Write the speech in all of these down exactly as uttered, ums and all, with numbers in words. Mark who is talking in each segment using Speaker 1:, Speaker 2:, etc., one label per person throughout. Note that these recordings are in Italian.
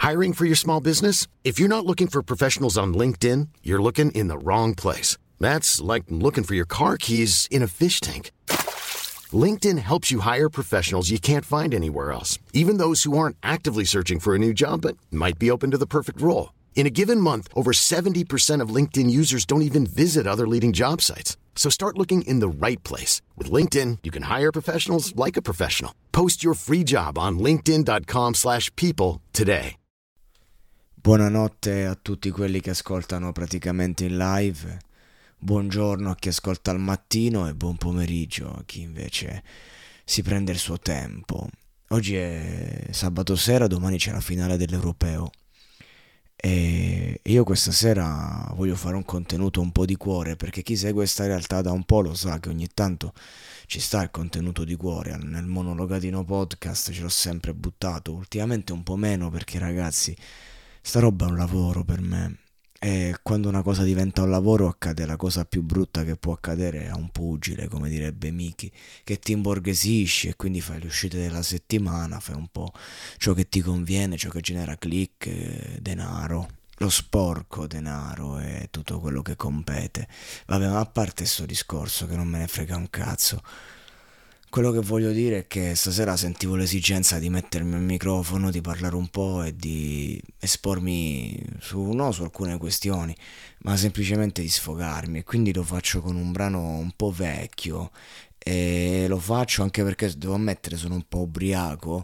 Speaker 1: Hiring for your small business? If you're not looking for professionals on LinkedIn, you're looking in the wrong place. That's like looking for your car keys in a fish tank. LinkedIn helps you hire professionals you can't find anywhere else, even those who aren't actively searching for a new job but might be open to the perfect role. In a given month, over seventy percent of LinkedIn users don't even visit other leading job sites. So start looking in the right place. With LinkedIn, you can hire professionals like a professional. Post your free job on linkedin.com slash people today.
Speaker 2: Buonanotte a tutti quelli che ascoltano praticamente in live. Buongiorno a chi ascolta al mattino e buon pomeriggio a chi invece si prende il suo tempo. Oggi è sabato sera, domani c'è la finale dell'Europeo e io questa sera voglio fare un contenuto un po' di cuore, perché chi segue questa realtà da un po' lo sa che ogni tanto ci sta il contenuto di cuore. Nel monologatino podcast ce l'ho sempre buttato, ultimamente un po' meno perché ragazzi sta roba è un lavoro per me. E quando una cosa diventa un lavoro accade la cosa più brutta che può accadere a un pugile, come direbbe Miki, che ti imborghesisci e quindi fai le uscite della settimana, fai un po' ciò che ti conviene, ciò che genera click, eh, denaro, lo sporco denaro e tutto quello che compete. Vabbè, ma a parte sto discorso che non me ne frega un cazzo, quello che voglio dire è che stasera sentivo l'esigenza di mettermi al microfono, di parlare un po' e di espormi su, no, su alcune questioni, ma semplicemente di sfogarmi, e quindi lo faccio con un brano un po' vecchio e lo faccio anche perché devo ammettere sono un po' ubriaco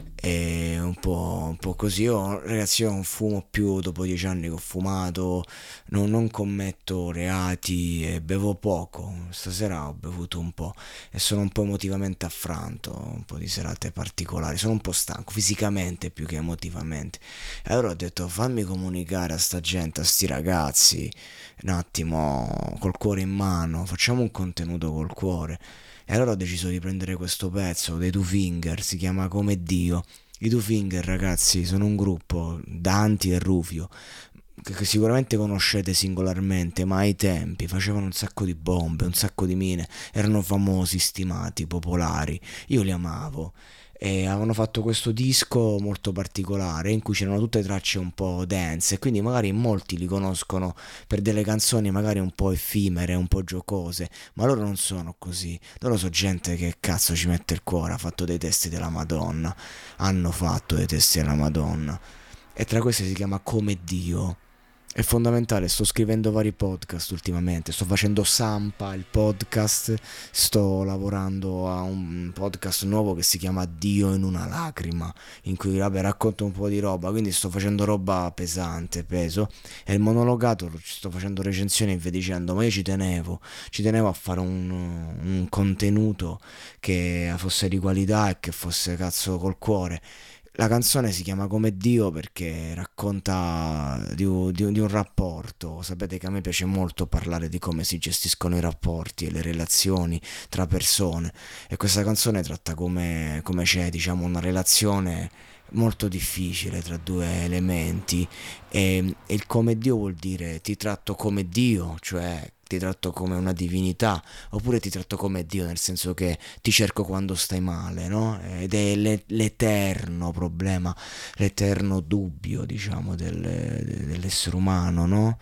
Speaker 2: e un po', un po' così. Io, ragazzi, io non fumo più dopo dieci anni che ho fumato, non, non commetto reati e bevo poco. Stasera ho bevuto un po' e sono un po' emotivamente affranto, un po' di serate particolari, sono un po' stanco fisicamente più che emotivamente, e allora ho detto fammi comunicare a sta gente, a sti ragazzi un attimo col cuore in mano, facciamo un contenuto col cuore. E allora ho deciso di prendere questo pezzo dei Two Finger, si chiama Come Dio. I Two Finger, ragazzi, sono un gruppo, Dante e Rufio, che, che sicuramente conoscete singolarmente, ma ai tempi facevano un sacco di bombe, un sacco di mine, erano famosi, stimati, popolari, io li amavo. E avevano fatto questo disco molto particolare in cui c'erano tutte tracce un po' dance, e quindi magari molti li conoscono per delle canzoni magari un po' effimere, un po' giocose, ma loro non sono così. Loro sono gente che cazzo ci mette il cuore, ha fatto dei testi della Madonna, hanno fatto dei testi della Madonna, e tra questi si chiama Come Dio. È fondamentale, sto scrivendo vari podcast ultimamente, sto facendo Sampa, il podcast, sto lavorando a un podcast nuovo che si chiama Dio in una lacrima, in cui vabbè racconto un po' di roba, quindi sto facendo roba pesante, peso, e il monologato ci sto facendo recensioni e via dicendo, ma io ci tenevo, ci tenevo a fare un, un contenuto che fosse di qualità e che fosse cazzo col cuore. La canzone si chiama Come Dio perché racconta di un, di, un, di un rapporto. Sapete che a me piace molto parlare di come si gestiscono i rapporti e le relazioni tra persone, e questa canzone tratta come, come c'è, diciamo, una relazione molto difficile tra due elementi, e, e il come Dio vuol dire ti tratto come Dio, cioè ti tratto come una divinità, oppure ti tratto come Dio nel senso che ti cerco quando stai male, no? Ed è l'e- l'eterno problema, l'eterno dubbio, diciamo, del, dell'essere umano, no?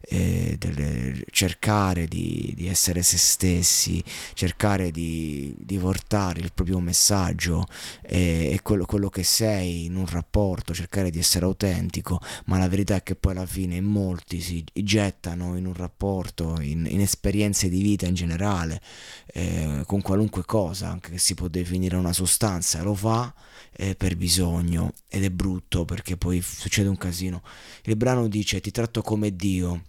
Speaker 2: E del, cercare di, di essere se stessi, cercare di, di portare il proprio messaggio e, e quello, quello che sei in un rapporto, cercare di essere autentico, ma la verità è che poi alla fine in molti si gettano in un rapporto, in In, in esperienze di vita in generale, eh, con qualunque cosa, anche che si può definire una sostanza, lo fa eh, per bisogno, ed è brutto perché poi succede un casino. Il brano dice ti tratto come Dio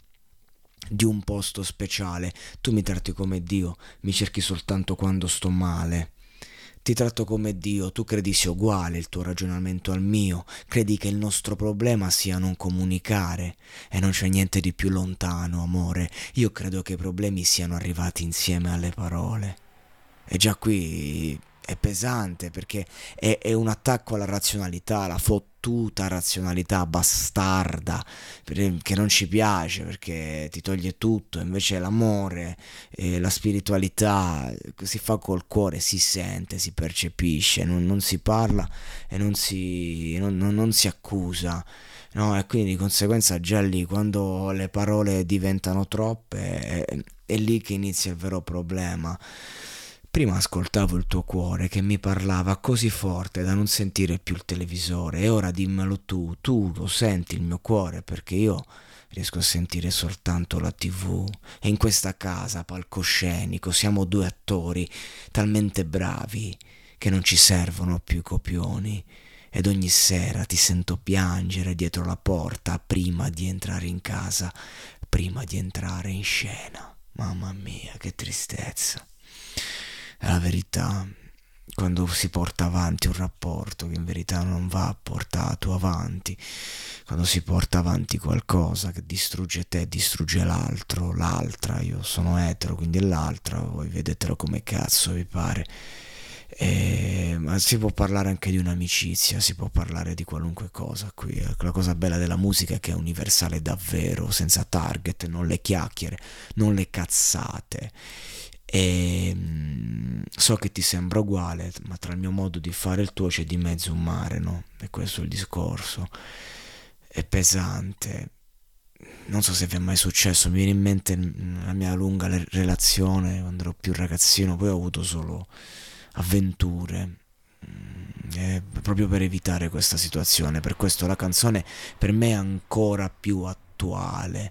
Speaker 2: di un posto speciale, tu mi tratti come Dio, mi cerchi soltanto quando sto male. Ti tratto come Dio, tu credi sia uguale il tuo ragionamento al mio, credi che il nostro problema sia non comunicare, e non c'è niente di più lontano, amore, io credo che i problemi siano arrivati insieme alle parole. E già qui è pesante perché è, è un attacco alla razionalità, alla fo- fottuta razionalità bastarda che non ci piace perché ti toglie tutto. Invece l'amore e la spiritualità si fa col cuore, si sente, si percepisce, non, non si parla e non si, non, non, non si accusa, no? E quindi di conseguenza già lì, quando le parole diventano troppe, è, è lì che inizia il vero problema. Prima ascoltavo il tuo cuore che mi parlava così forte da non sentire più il televisore, e ora dimmelo tu, tu lo senti il mio cuore, perché io riesco a sentire soltanto la tivù. E in questa casa, palcoscenico, siamo due attori talmente bravi che non ci servono più i copioni. Ed ogni sera ti sento piangere dietro la porta prima di entrare in casa, prima di entrare in scena. Mamma mia, che tristezza. È la verità, quando si porta avanti un rapporto che in verità non va portato avanti, quando si porta avanti qualcosa che distrugge te, distrugge l'altro, l'altra. Io sono etero, quindi è l'altra, voi vedetelo come cazzo vi pare. E, ma si può parlare anche di un'amicizia, si può parlare di qualunque cosa qui. La cosa bella della musica è che è universale davvero, senza target, non le chiacchiere, non le cazzate. E so che ti sembra uguale, ma tra il mio modo di fare e il tuo c'è di mezzo un mare, no? E questo è il discorso. È pesante. Non so se vi è mai successo, mi viene in mente la mia lunga relazione quando ero più ragazzino, poi ho avuto solo avventure, e proprio per evitare questa situazione, per questo la canzone per me è ancora più attuale.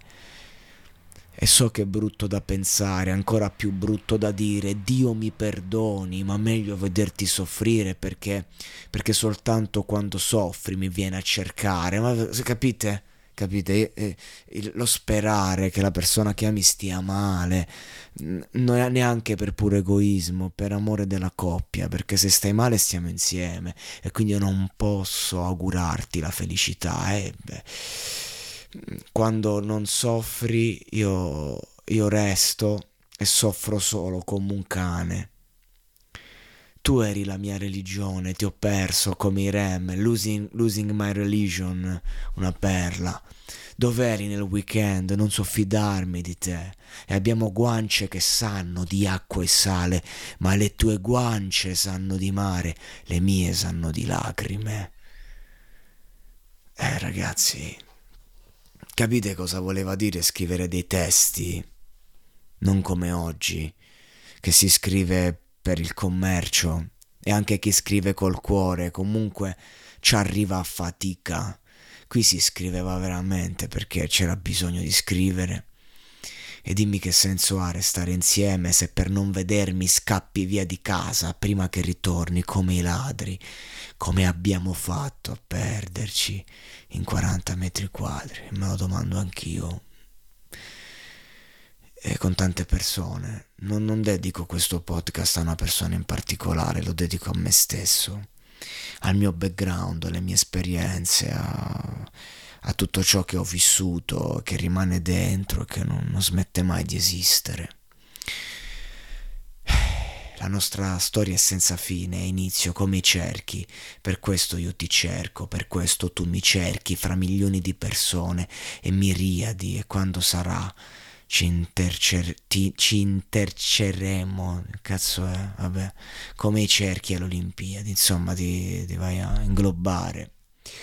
Speaker 2: E so che è brutto da pensare, ancora più brutto da dire, Dio mi perdoni, ma meglio vederti soffrire, perché perché soltanto quando soffri mi viene a cercare. Ma capite? Capite? E, e, lo sperare che la persona che ami stia male non è neanche per puro egoismo, per amore della coppia, perché se stai male stiamo insieme e quindi io non posso augurarti la felicità. Eh, beh. Quando non soffri io, io resto e soffro solo come un cane. Tu eri la mia religione, ti ho perso come i Rem, losing, losing my religion, una perla. Dov'eri nel weekend? Non so fidarmi di te. E abbiamo guance che sanno di acqua e sale, ma le tue guance sanno di mare, le mie sanno di lacrime. Eh ragazzi, capite cosa voleva dire scrivere dei testi? Non come oggi, che si scrive per il commercio, e anche chi scrive col cuore comunque ci arriva a fatica. Qui si scriveva veramente perché c'era bisogno di scrivere. E dimmi che senso ha restare insieme se per non vedermi scappi via di casa prima che ritorni come i ladri, come abbiamo fatto a perderci in quaranta metri quadri. Me lo domando anch'io. E con tante persone. Non, non dedico questo podcast a una persona in particolare, lo dedico a me stesso, al mio background, alle mie esperienze, a, a tutto ciò che ho vissuto, che rimane dentro e che non, non smette mai di esistere. La nostra storia è senza fine, è inizio come i cerchi, per questo io ti cerco, per questo tu mi cerchi fra milioni di persone e miriadi, e quando sarà ci, intercer- ti- ci interceremo, cazzo è, vabbè, come i cerchi alle Olimpiadi, insomma ti, ti vai a inglobare.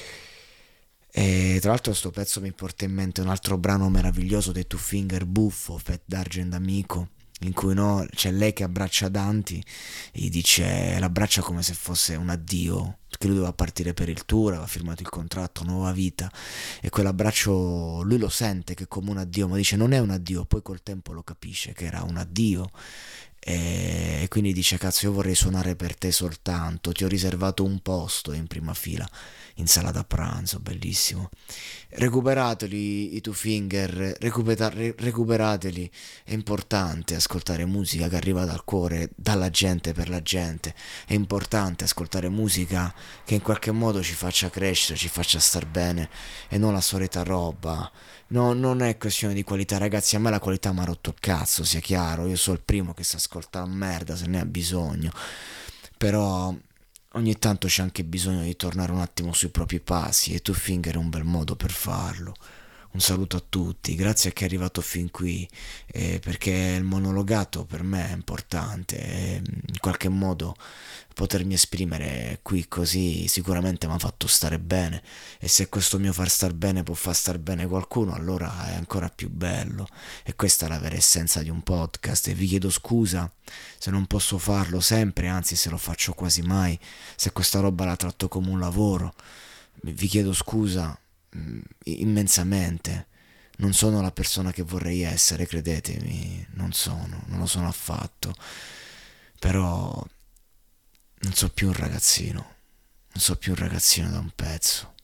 Speaker 2: E tra l'altro sto pezzo mi porta in mente un altro brano meraviglioso dei Two Finger, Buffo, Fat D'Argent Amico, in cui no, c'è lei che abbraccia Dante e gli dice, l'abbraccia come se fosse un addio, perché lui doveva partire per il tour, aveva firmato il contratto, nuova vita, e quell'abbraccio lui lo sente che è come un addio, ma dice non è un addio, poi col tempo lo capisce che era un addio. E quindi dice, cazzo, io vorrei suonare per te soltanto, ti ho riservato un posto in prima fila in sala da pranzo, bellissimo. Recuperateli i Two Finger, recupera- recuperateli, è importante ascoltare musica che arriva dal cuore, dalla gente per la gente, è importante ascoltare musica che in qualche modo ci faccia crescere, ci faccia star bene, e non la solita roba. No, non è questione di qualità, ragazzi, a me la qualità mi ha rotto il cazzo, sia chiaro, io sono il primo che sa ascoltare merda se ne ha bisogno, però ogni tanto c'è anche bisogno di tornare un attimo sui propri passi e Two Finger è un bel modo per farlo. Un saluto a tutti, grazie a chi è arrivato fin qui, eh, perché il monologato per me è importante e in qualche modo potermi esprimere qui così sicuramente mi ha fatto stare bene, e se questo mio far star bene può far star bene qualcuno, allora è ancora più bello, e questa è la vera essenza di un podcast. E vi chiedo scusa se non posso farlo sempre, anzi se lo faccio quasi mai, se questa roba la tratto come un lavoro. Vi chiedo scusa mm, immensamente. Non sono la persona che vorrei essere, credetemi, non sono, non lo sono affatto. Però non so più un ragazzino, non so più un ragazzino da un pezzo.